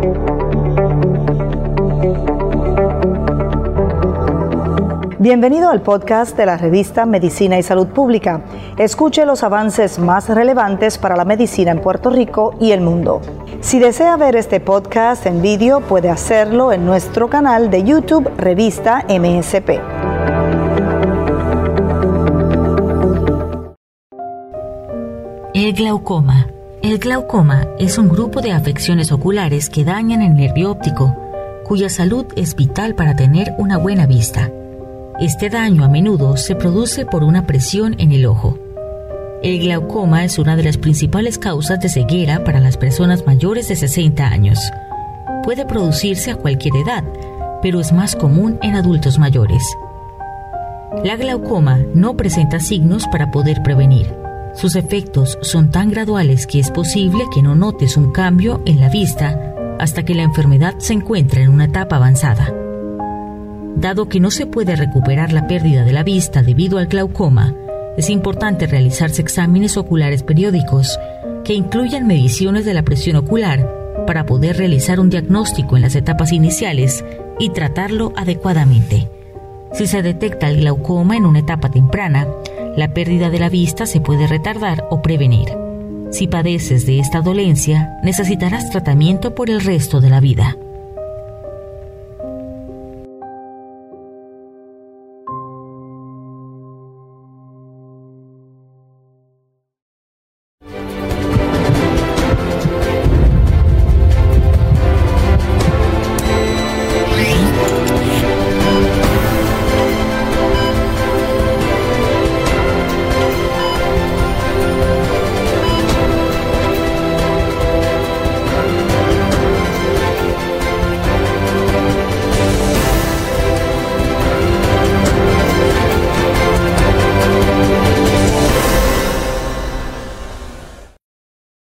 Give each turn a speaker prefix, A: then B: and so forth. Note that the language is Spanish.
A: Bienvenido al podcast de la revista Medicina y Salud Pública. Escuche los avances más relevantes para la medicina en Puerto Rico y el mundo. Si desea ver este podcast en vídeo, puede hacerlo en nuestro canal de YouTube Revista MSP.
B: El glaucoma. El glaucoma es un grupo de afecciones oculares que dañan el nervio óptico, cuya salud es vital para tener una buena vista. Este daño a menudo se produce por una presión en el ojo. El glaucoma es una de las principales causas de ceguera para las personas mayores de 60 años. Puede producirse a cualquier edad, pero es más común en adultos mayores. La glaucoma no presenta signos para poder prevenir. Sus efectos son tan graduales que es posible que no notes un cambio en la vista hasta que la enfermedad se encuentra en una etapa avanzada. Dado que no se puede recuperar la pérdida de la vista debido al glaucoma, es importante realizarse exámenes oculares periódicos que incluyan mediciones de la presión ocular para poder realizar un diagnóstico en las etapas iniciales y tratarlo adecuadamente. Si se detecta el glaucoma en una etapa temprana, la pérdida de la vista se puede retardar o prevenir. Si padeces de esta dolencia, necesitarás tratamiento por el resto de la vida.